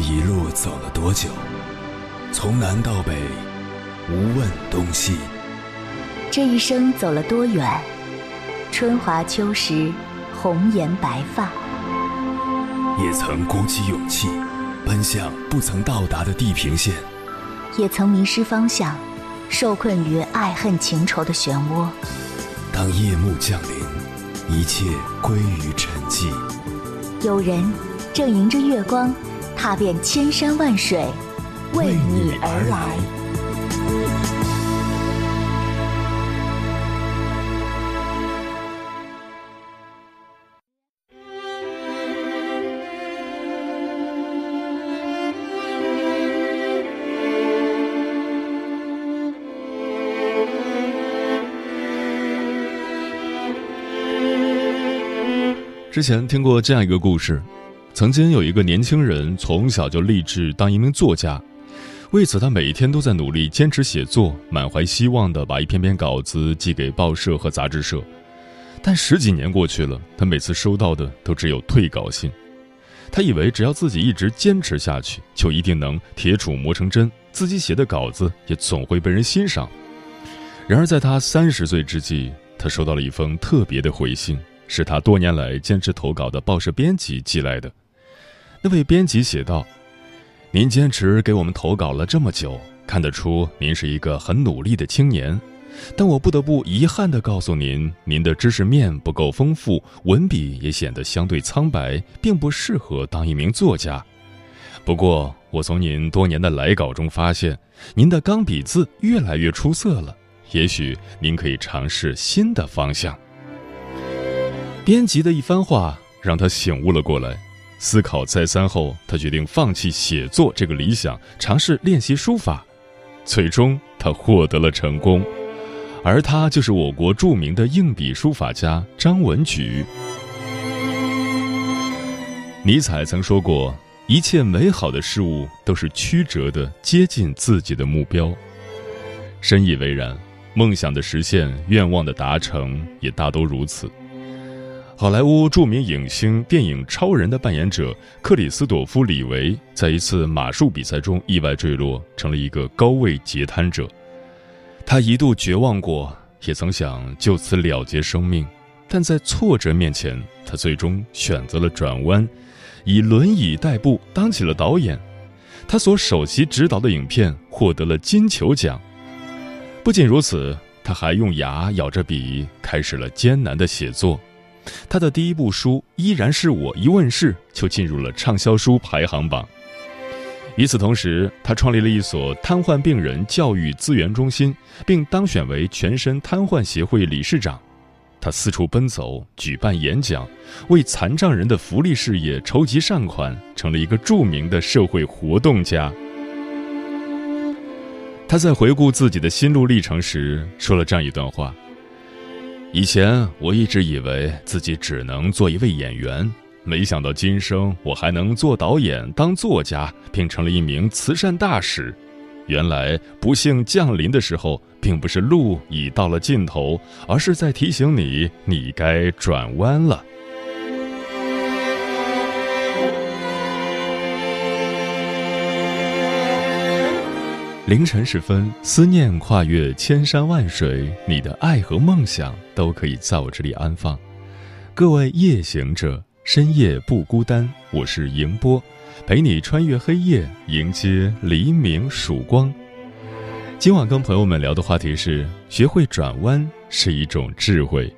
一路走了多久？从南到北，无问东西。 这一生走了多远？春华秋实，红颜白发。 也曾鼓起勇气，奔向不曾到达的地平线。 也曾迷失方向，受困于爱恨情仇的漩涡。 当夜幕降临，一切归于沉寂。 有人正迎着月光，踏遍千山万水，为你而来。 之前听过这样一个故事，曾经有一个年轻人从小就立志当一名作家，为此他每天都在努力坚持写作，满怀希望地把一篇篇稿子寄给报社和杂志社。但10几年过去了，他每次收到的都只有退稿信。他以为只要自己一直坚持下去，就一定能铁杵磨成针，自己写的稿子也总会被人欣赏。然而在他30岁之际，他收到了一封特别的回信，是他多年来坚持投稿的报社编辑寄来的。那位编辑写道：您坚持给我们投稿了这么久，看得出您是一个很努力的青年，但我不得不遗憾地告诉您，您的知识面不够丰富，文笔也显得相对苍白，并不适合当一名作家。不过我从您多年的来稿中发现，您的钢笔字越来越出色了，也许您可以尝试新的方向。编辑的一番话让他醒悟了过来，思考再三后，他决定放弃写作这个理想，尝试练习书法。最终他获得了成功，而他就是我国著名的硬笔书法家张文举。尼采曾说过，一切美好的事物都是曲折地接近自己的目标。深以为然，梦想的实现，愿望的达成也大都如此。好莱坞著名影星电影《超人》的扮演者克里斯朵夫·李维在一次马术比赛中意外坠落，成了一个高位截瘫者。他一度绝望过，也曾想就此了结生命，但在挫折面前，他最终选择了转弯，以轮椅代步当起了导演。他所首席执导的影片获得了金球奖。不仅如此，他还用牙咬着笔，开始了艰难的写作。他的第一部书《依然是我》一问世，就进入了畅销书排行榜。与此同时，他创立了一所瘫痪病人教育资源中心，并当选为全身瘫痪协会理事长。他四处奔走，举办演讲，为残障人的福利事业筹集善款，成了一个著名的社会活动家。他在回顾自己的心路历程时，说了这样一段话：以前我一直以为自己只能做一位演员，没想到今生我还能做导演、当作家，并成了一名慈善大使。原来不幸降临的时候，并不是路已到了尽头，而是在提醒你，你该转弯了。凌晨时分，思念跨越千山万水，你的爱和梦想都可以在我这里安放。各位夜行者，深夜不孤单，我是迎波，陪你穿越黑夜，迎接黎明曙光。今晚跟朋友们聊的话题是：学会转弯是一种智慧。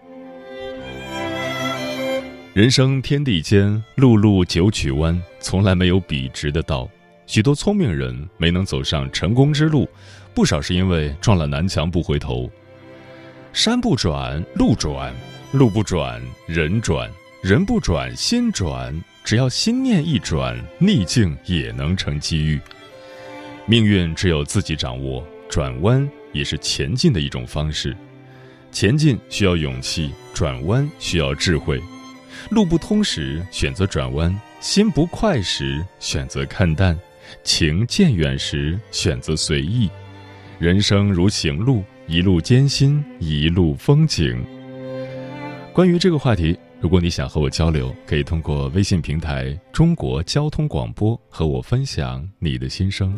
人生天地间，路路九曲弯，从来没有笔直的道。许多聪明人没能走上成功之路，不少是因为撞了南墙不回头。山不转路转，路不转人转，人不转心转，只要心念一转，逆境也能成机遇。命运只有自己掌握，转弯也是前进的一种方式。前进需要勇气，转弯需要智慧。路不通时选择转弯，心不快时选择看淡，情渐远时选择随意。人生如行路，一路艰辛，一路风景。关于这个话题， 如果你想和我交流，可以通过微信平台中国交通广播和我分享你的心声。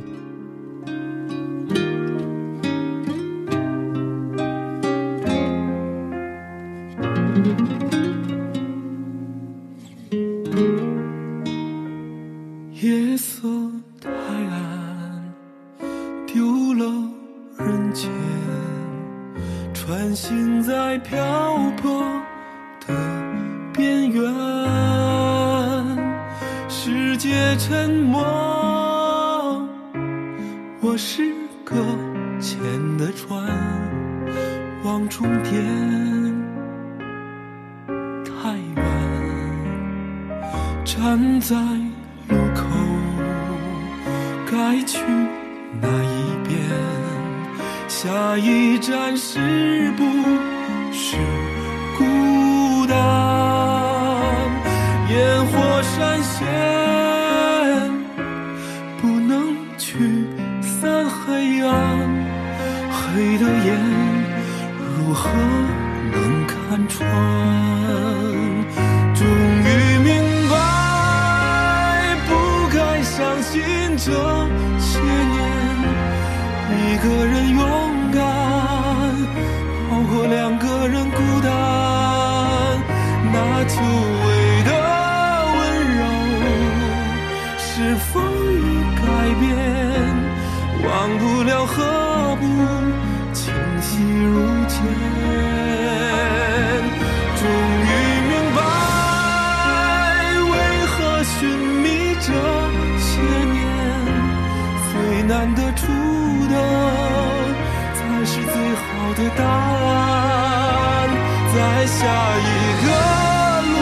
夜色太暗，丢了人间，穿行在漂泊的边缘，世界沉默，我是搁浅的船，往终点太远，站在路口，该去哪一边？下一站是不是孤单？烟火闪现，不能驱散黑暗，黑的眼如何能看穿？终于明白，不该相信这些年，一个人勇敢好过两个人孤单。那久违的温柔是否已改变？忘不了何不清晰如前？终于明白，为何寻觅这些年，最难得出的才是最好的答案。在下一个路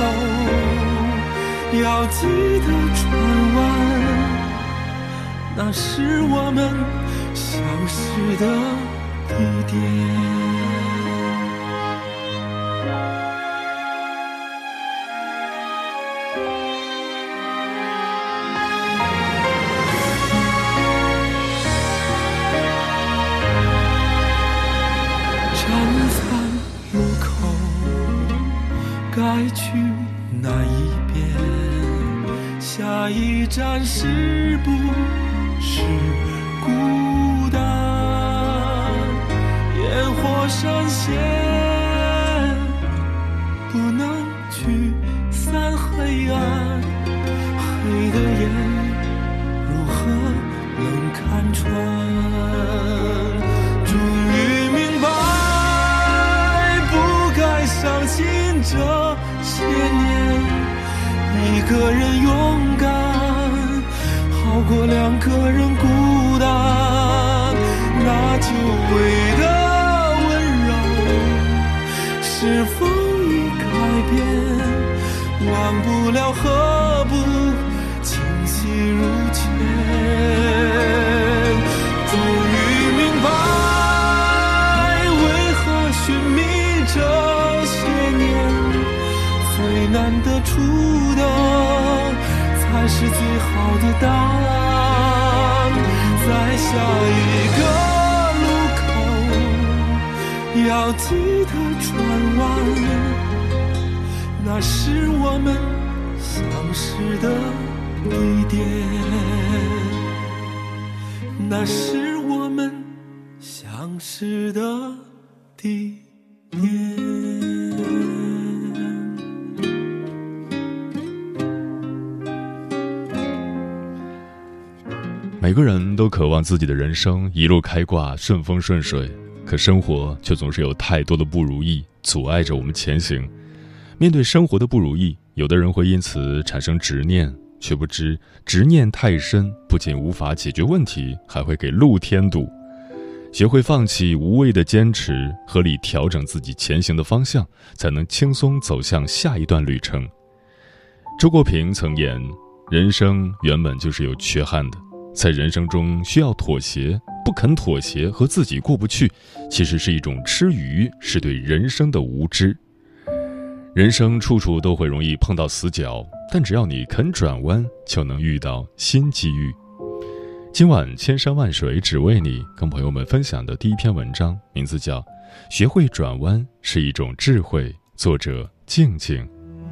口，要记得转弯，那是我们相识的地点。该去哪一边？下一站是不是孤单？烟火闪现，不能驱散黑暗，黑的眼如何能看穿？终于明白，不该相信这些年，一个人勇敢好过两个人孤单。那久违的温柔是否已改变？忘不了何不清晰如前？终于明白，为何寻觅这些年，最难得出的才是最好的答案。在下一个路口，要记得转弯，那是我们相识的地点，那是我们相识的地点。 每个人都渴望自己的人生一路开挂，顺风顺水，可生活却总是有太多的不如意，阻碍着我们前行。面对生活的不如意，有的人会因此产生执念，却不知执念太深，不仅无法解决问题，还会给路添堵。学会放弃无谓的坚持，合理调整自己前行的方向，才能轻松走向下一段旅程。周国平曾言，人生原本就是有缺憾的，在人生中需要妥协，不肯妥协和自己过不去，其实是一种吃鱼，是对人生的无知。人生处处都会容易碰到死角，但只要你肯转弯，就能遇到新机遇。今晚千山万水只为你，跟朋友们分享的第一篇文章，名字叫《学会转弯是一种智慧》， 作者静静。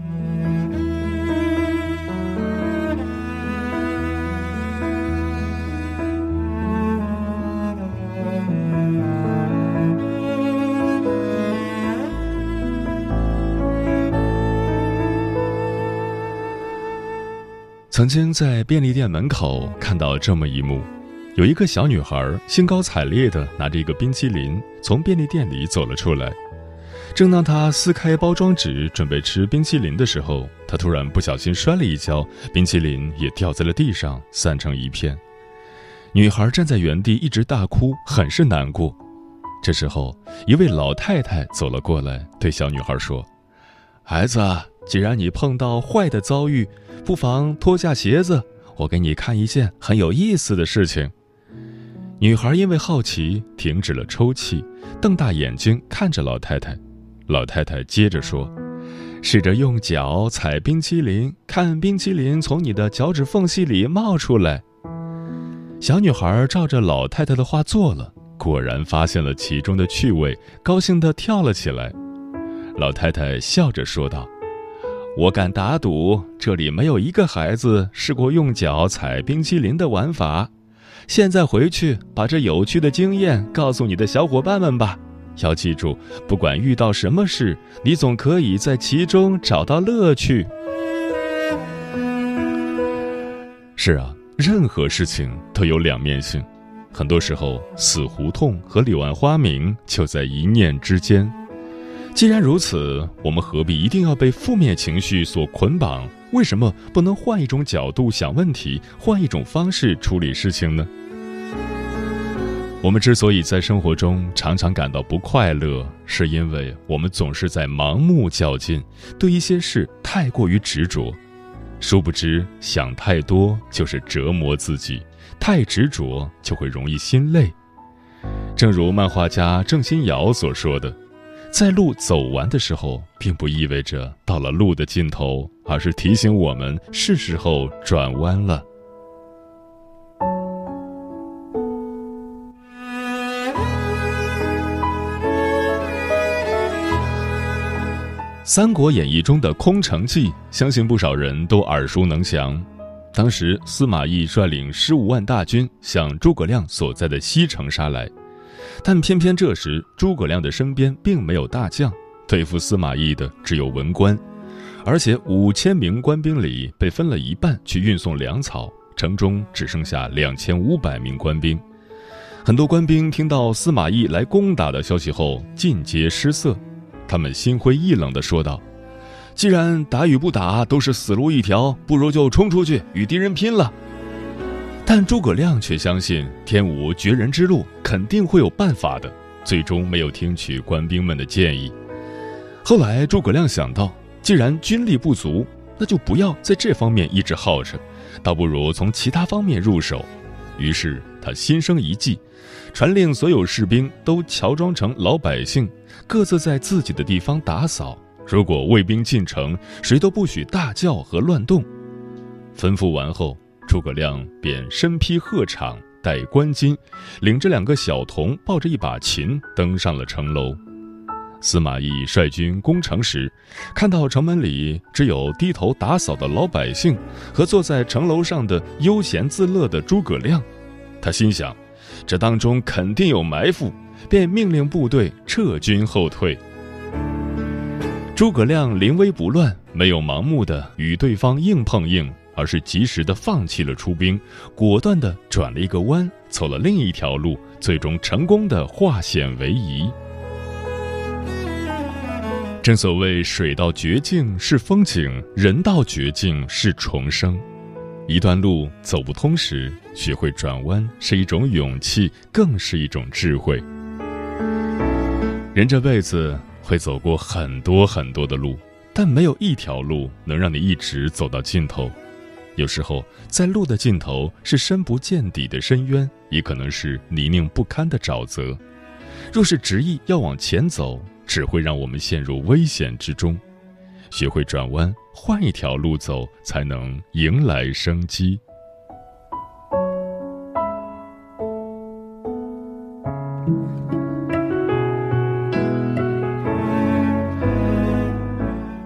曾经在便利店门口看到这么一幕，有一个小女孩兴高采烈地拿着一个冰淇淋从便利店里走了出来。正当她撕开包装纸准备吃冰淇淋的时候，她突然不小心摔了一跤，冰淇淋也掉在了地上，散成一片。女孩站在原地一直大哭，很是难过。这时候，一位老太太走了过来，对小女孩说：“孩子，既然你碰到坏的遭遇，不妨脱下鞋子，我给你看一件很有意思的事情。”女孩因为好奇停止了抽泣，瞪大眼睛看着老太太。老太太接着说：“试着用脚踩冰淇淋，看冰淇淋从你的脚趾缝隙里冒出来。”小女孩照着老太太的话做了，果然发现了其中的趣味，高兴地跳了起来。老太太笑着说道：“我敢打赌，这里没有一个孩子试过用脚踩冰淇淋的玩法。现在回去把这有趣的经验告诉你的小伙伴们吧。要记住，不管遇到什么事，你总可以在其中找到乐趣。”是啊，任何事情都有两面性，很多时候死胡同和柳暗花明就在一念之间。既然如此，我们何必一定要被负面情绪所捆绑？为什么不能换一种角度想问题，换一种方式处理事情呢？我们之所以在生活中常常感到不快乐，是因为我们总是在盲目较劲，对一些事太过于执着。殊不知，想太多就是折磨自己，太执着就会容易心累。正如漫画家郑欣瑶所说的，在路走完的时候，并不意味着到了路的尽头，而是提醒我们是时候转弯了。《三国演义》中的空城计，相信不少人都耳熟能详。当时司马懿率领15万大军向诸葛亮所在的西城杀来，但偏偏这时诸葛亮的身边并没有大将，对付司马懿的只有文官，而且5000名官兵里被分了一半去运送粮草，城中只剩下2500名官兵。很多官兵听到司马懿来攻打的消息后，尽皆失色。他们心灰意冷地说道：“既然打与不打都是死路一条，不如就冲出去与敌人拼了。”但诸葛亮却相信天无绝人之路，肯定会有办法的，最终没有听取官兵们的建议。后来诸葛亮想到，既然军力不足，那就不要在这方面一直耗着，倒不如从其他方面入手。于是他心生一计，传令所有士兵都乔装成老百姓，各自在自己的地方打扫，如果卫兵进城，谁都不许大叫和乱动。吩咐完后，诸葛亮便身披鹤氅，戴冠巾，领着2个小童，抱着一把琴，登上了城楼。司马懿率军攻城时，看到城门里只有低头打扫的老百姓和坐在城楼上的悠闲自乐的诸葛亮，他心想，这当中肯定有埋伏，便命令部队撤军后退。诸葛亮临危不乱，没有盲目的与对方硬碰硬，而是及时的放弃了出兵，果断的转了一个弯，走了另一条路，最终成功的化险为夷。正所谓水到绝境是风景，人到绝境是重生。一段路走不通时，学会转弯是一种勇气，更是一种智慧。人这辈子会走过很多很多的路，但没有一条路能让你一直走到尽头。有时候在路的尽头是深不见底的深渊，也可能是泥泞不堪的沼泽。若是执意要往前走，只会让我们陷入危险之中。学会转弯，换一条路走，才能迎来生机。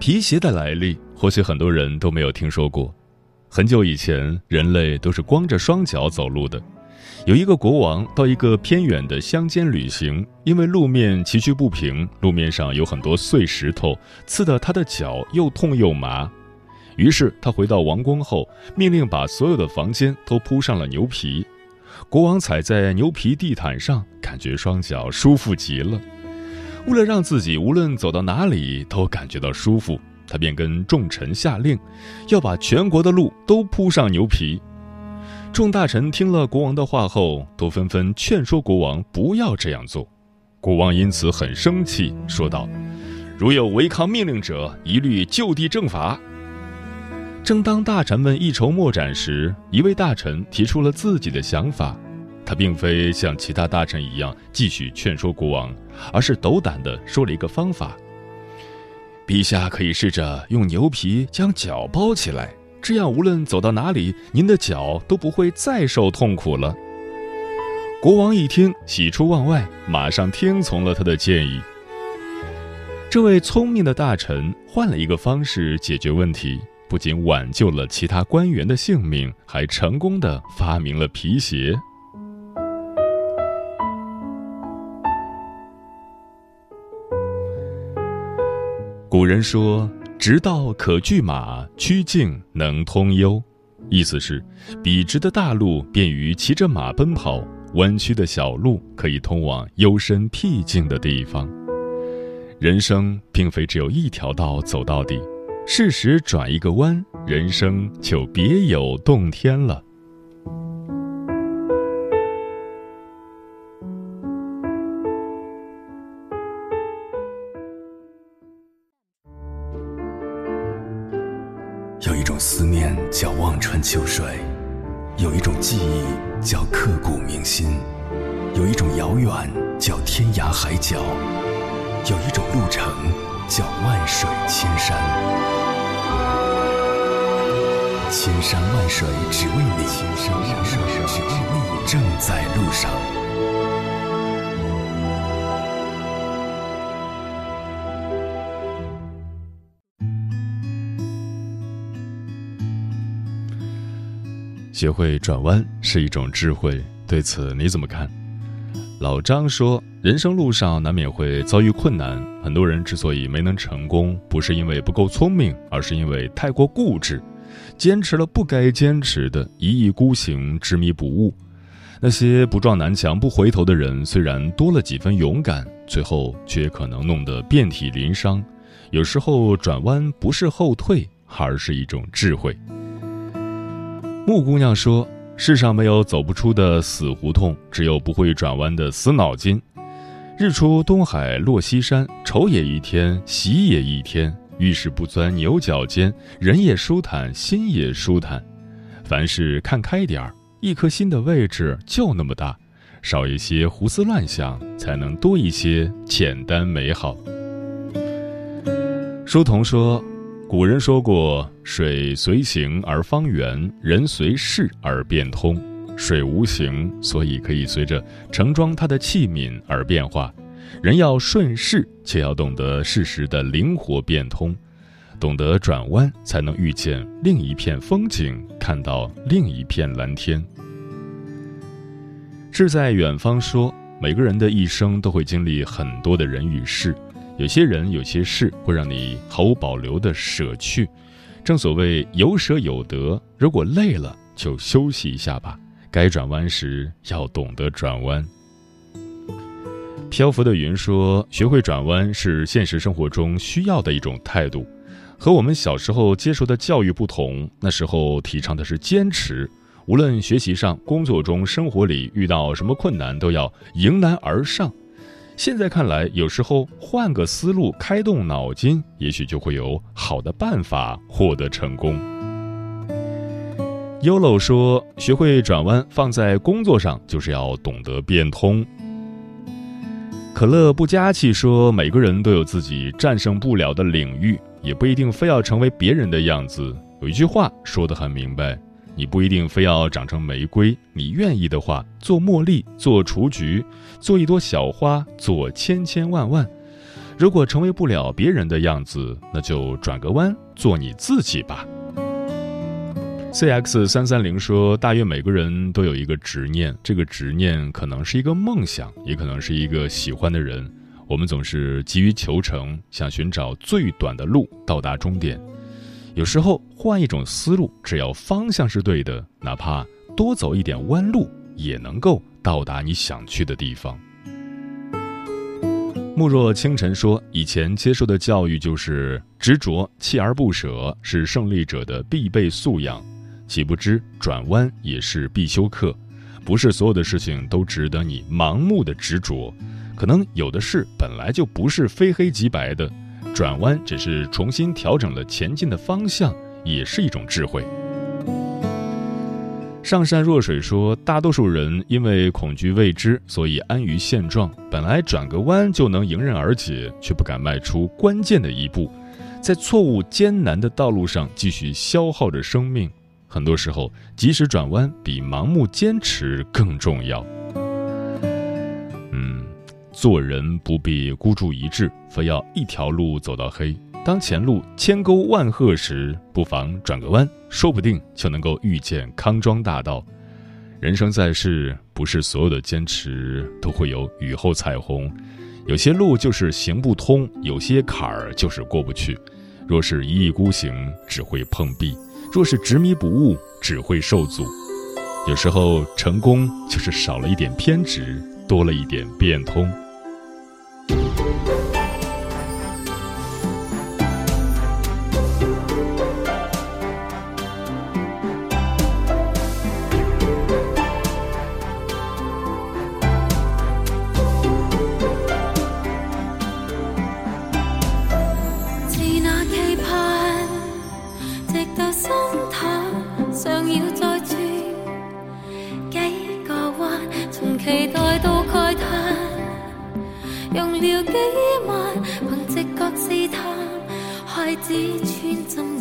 皮鞋的来历，或许很多人都没有听说过。很久以前，人类都是光着双脚走路的。有一个国王到一个偏远的乡间旅行，因为路面崎岖不平，路面上有很多碎石头，刺得他的脚又痛又麻。于是他回到王宫后，命令把所有的房间都铺上了牛皮。国王踩在牛皮地毯上，感觉双脚舒服极了。为了让自己无论走到哪里都感觉到舒服，他便跟众臣下令，要把全国的路都铺上牛皮。众大臣听了国王的话后，都纷纷劝说国王不要这样做。国王因此很生气，说道：“如有违抗命令者，一律就地正法。”正当大臣们一筹莫展时，一位大臣提出了自己的想法。他并非像其他大臣一样继续劝说国王，而是斗胆地说了一个方法：“陛下可以试着用牛皮将脚包起来，这样无论走到哪里，您的脚都不会再受痛苦了。”国王一听，喜出望外，马上听从了他的建议。这位聪明的大臣换了一个方式解决问题，不仅挽救了其他官员的性命，还成功地发明了皮鞋。古人说：“直道可拒马，曲径能通幽。”意思是，笔直的大路便于骑着马奔跑，弯曲的小路可以通往幽深僻静的地方。人生并非只有一条道走到底，适时转一个弯，人生就别有洞天了。 有一种思念叫望穿秋水，有一种记忆叫刻骨铭心，有一种遥远叫天涯海角，有一种路程叫万水千山。千山万水只为你，正在路上。 学会转弯是一种智慧，对此你怎么看？老张说，人生路上难免会遭遇困难，很多人之所以没能成功，不是因为不够聪明，而是因为太过固执，坚持了不该坚持的，一意孤行，执迷不悟。那些不撞南墙不回头的人，虽然多了几分勇敢，最后却可能弄得遍体鳞伤。有时候转弯不是后退，而是一种智慧。木姑娘说，世上没有走不出的死胡同，只有不会转弯的死脑筋。日出东海落西山，愁也一天，喜也一天，遇事不钻牛角尖，人也舒坦，心也舒坦。凡事看开点儿，一颗心的位置就那么大，少一些胡思乱想，才能多一些简单美好。书童说，古人说过，水随形而方圆，人随势而变通。水无形，所以可以随着盛装它的器皿而变化。人要顺势，且要懂得适时的灵活变通，懂得转弯，才能遇见另一片风景，看到另一片蓝天。志在远方说，每个人的一生都会经历很多的人与事，有些人有些事会让你毫无保留地舍去。正所谓有舍有得，如果累了就休息一下吧，该转弯时要懂得转弯。漂浮的云说，学会转弯是现实生活中需要的一种态度。和我们小时候接受的教育不同，那时候提倡的是坚持，无论学习上、工作中、生活里遇到什么困难，都要迎难而上。现在看来，有时候换个思路，开动脑筋，也许就会有好的办法获得成功。YOLO 说，学会转弯放在工作上，就是要懂得变通。可乐不加气说，每个人都有自己战胜不了的领域，也不一定非要成为别人的样子。有一句话说得很明白，你不一定非要长成玫瑰，你愿意的话，做茉莉，做雏菊，做一朵小花，做千千万万。 如果成为不了别人的样子，那就转个弯，做你自己吧。CX330 说，大约每个人都有一个执念，这个执念可能是一个梦想，也可能是一个喜欢的人。我们总是急于求成，想寻找最短的路到达终点。有时候换一种思路，只要方向是对的，哪怕多走一点弯路，也能够到达你想去的地方。慕若清晨说，以前接受的教育就是执着、锲而不舍是胜利者的必备素养，岂不知转弯也是必修课。不是所有的事情都值得你盲目的执着，可能有的事本来就不是非黑即白的，转弯只是重新调整了前进的方向，也是一种智慧。上善若水说，大多数人因为恐惧未知，所以安于现状，本来转个弯就能迎刃而解，却不敢迈出关键的一步，在错误艰难的道路上继续消耗着生命。很多时候，及时转弯比盲目坚持更重要。做人不必孤注一掷，非要一条路走到黑。当前路千沟万壑时，不妨转个弯，说不定就能够遇见康庄大道。人生在世，不是所有的坚持都会有雨后彩虹，有些路就是行不通，有些坎儿就是过不去。若是一意孤行，只会碰壁；若是执迷不悟，只会受阻。有时候，成功就是少了一点偏执，多了一点变通。 用了幾晚，憑直覺試探，孩子穿針